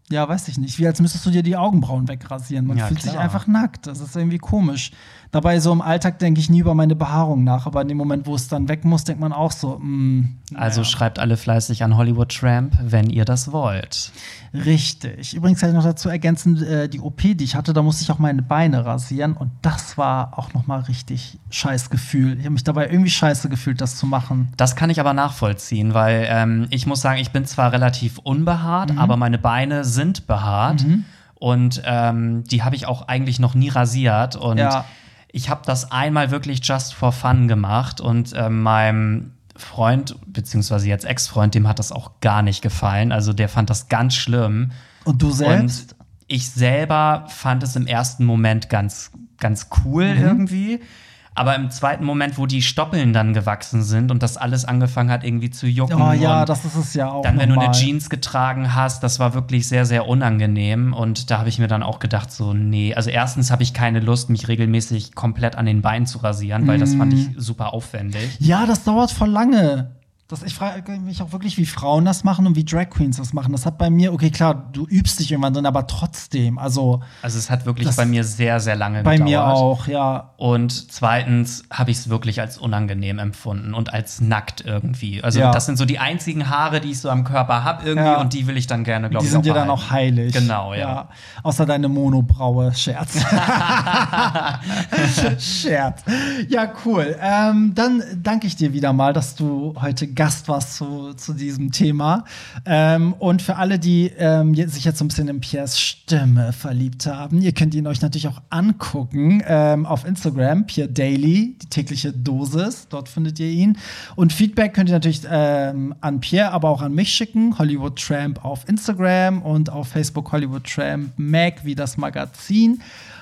Ja, weiß ich nicht. Wie als müsstest du dir die Augenbrauen wegrasieren. Man Ja, fühlt klar. sich einfach nackt. Das ist irgendwie komisch. Dabei so im Alltag denke ich nie über meine Behaarung nach. Aber in dem Moment, wo es dann weg muss, denkt man auch so, mh, Also naja. schreibt alle fleißig an Hollywood Tramp, wenn ihr das wollt. Richtig. Übrigens kann ich noch dazu ergänzen, äh, die O P, die ich hatte, da musste ich auch meine Beine rasieren. Und das war auch noch mal richtig scheiß Gefühl. Ich habe mich dabei irgendwie scheiße gefühlt, das zu machen. Das kann ich aber nachvollziehen, weil ähm, ich muss sagen, ich bin zwar relativ unbehaart, Mhm. aber meine Beine sind behaart. Mhm. Und ähm, die habe ich auch eigentlich noch nie rasiert. Und Ja. ich habe das einmal wirklich just for fun gemacht. Und ähm, meinem Freund, beziehungsweise jetzt Ex-Freund, dem hat das auch gar nicht gefallen. Also der fand das ganz schlimm. Und du selbst? Und ich selber fand es im ersten Moment ganz, ganz cool Mhm. irgendwie. Aber im zweiten Moment, wo die Stoppeln dann gewachsen sind und das alles angefangen hat, irgendwie zu jucken. Oh ja, und das ist es ja auch. dann, wenn normal. du eine Jeans getragen hast, das war wirklich sehr, sehr unangenehm. Und da habe ich mir dann auch gedacht, so, nee. Also erstens habe ich keine Lust, mich regelmäßig komplett an den Beinen zu rasieren, weil das fand ich super aufwendig. Ja, das dauert voll lange. Das, ich frage mich auch wirklich, wie Frauen das machen und wie Drag Queens das machen. Das hat bei mir, okay, klar, du übst dich irgendwann drin, aber trotzdem, also Also es hat wirklich Das- bei mir sehr, sehr lange bei gedauert. mir auch, ja. Und zweitens habe ich es wirklich als unangenehm empfunden und als nackt irgendwie. Also Ja. das sind so die einzigen Haare, die ich so am Körper habe irgendwie Ja. und die will ich dann gerne, glaube Die ich, sind auch dir dann behalten. auch heilig. Genau, ja. Außer deine Monobraue, Scherz. Scherz. Ja, cool. Ähm, dann danke ich dir wieder mal, dass du heute Gast warst zu, zu diesem Thema. Ähm, und für alle, die ähm, jetzt- sich jetzt so ein bisschen in Piers Stimme verliebt haben, ihr könnt ihn euch natürlich auch angucken ähm, auf Instagram, Pierre Daily, die tägliche Dosis. Dort findet ihr ihn. Und Feedback könnt ihr natürlich ähm, an Pierre, aber auch an mich schicken. Hollywood Tramp auf Instagram und auf Facebook Hollywood Tramp Mag wie das Magazin.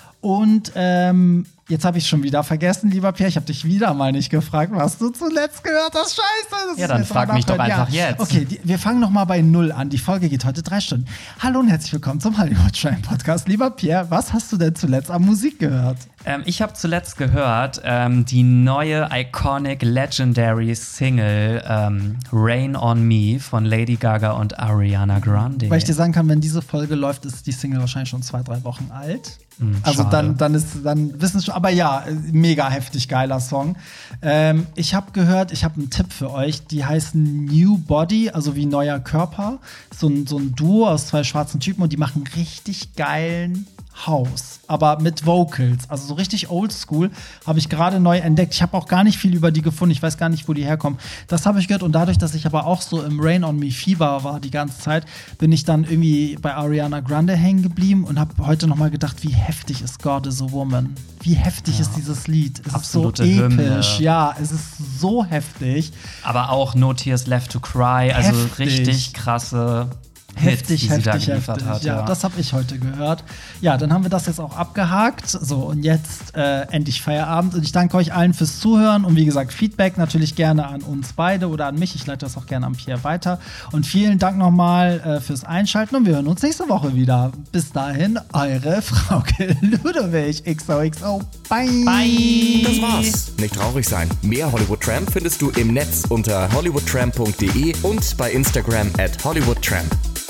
Und ähm, jetzt habe ich schon wieder vergessen, lieber Pierre, ich habe dich wieder mal nicht gefragt, was du zuletzt gehört hast. Scheiße. Das Ja, ist dann jetzt frag aber mich doch nachhören. einfach jetzt. Okay, die, wir fangen noch mal bei Null an. Die Folge geht heute drei Stunden. Hallo und herzlich willkommen zum Hollywood Tramp Podcast. Lieber Pierre, was hast du denn zuletzt an Musik gehört? Ähm, ich habe zuletzt gehört ähm, die neue Iconic Legendary Single ähm, Rain on Me von Lady Gaga und Ariana Grande. Weil ich dir sagen kann, wenn diese Folge läuft, ist die Single wahrscheinlich schon zwei, drei Wochen alt. Hm, Also schade. dann, dann ist dann wissen schon, aber ja, mega heftig geiler Song. Ähm, ich habe gehört, ich habe einen Tipp für euch, die heißen New Body, also wie neuer Körper. So ein, so ein Duo aus zwei schwarzen Typen und die machen richtig geilen House, aber mit Vocals, also so richtig oldschool, habe ich gerade neu entdeckt. Ich habe auch gar nicht viel über die gefunden, ich weiß gar nicht, wo die herkommen. Das habe ich gehört und dadurch, dass ich aber auch so im Rain on Me Fieber war die ganze Zeit, bin ich dann irgendwie bei Ariana Grande hängen geblieben und habe heute noch mal gedacht, wie heftig ist God is a Woman. Wie heftig Ja. ist dieses Lied. Es Absolute ist so Hymne. episch. Ja, es ist so heftig. Aber auch No Tears Left to Cry, also Heftig. richtig krasse Hits, Heftig, die sie da heftig, geliefert heftig. hat. Ja, das habe ich heute gehört. Ja, dann haben wir das jetzt auch abgehakt. So, und jetzt äh, endlich Feierabend. Und ich danke euch allen fürs Zuhören. Und wie gesagt, Feedback natürlich gerne an uns beide oder an mich. Ich leite das auch gerne an Pierre weiter. Und vielen Dank nochmal äh, fürs Einschalten. Und wir hören uns nächste Woche wieder. Bis dahin, eure Frauke Ludowig. X O X O. Bye. Bye. Das war's. Nicht traurig sein. Mehr Hollywood Tramp findest du im Netz unter hollywoodtramp punkt de und bei Instagram at hollywoodtramp.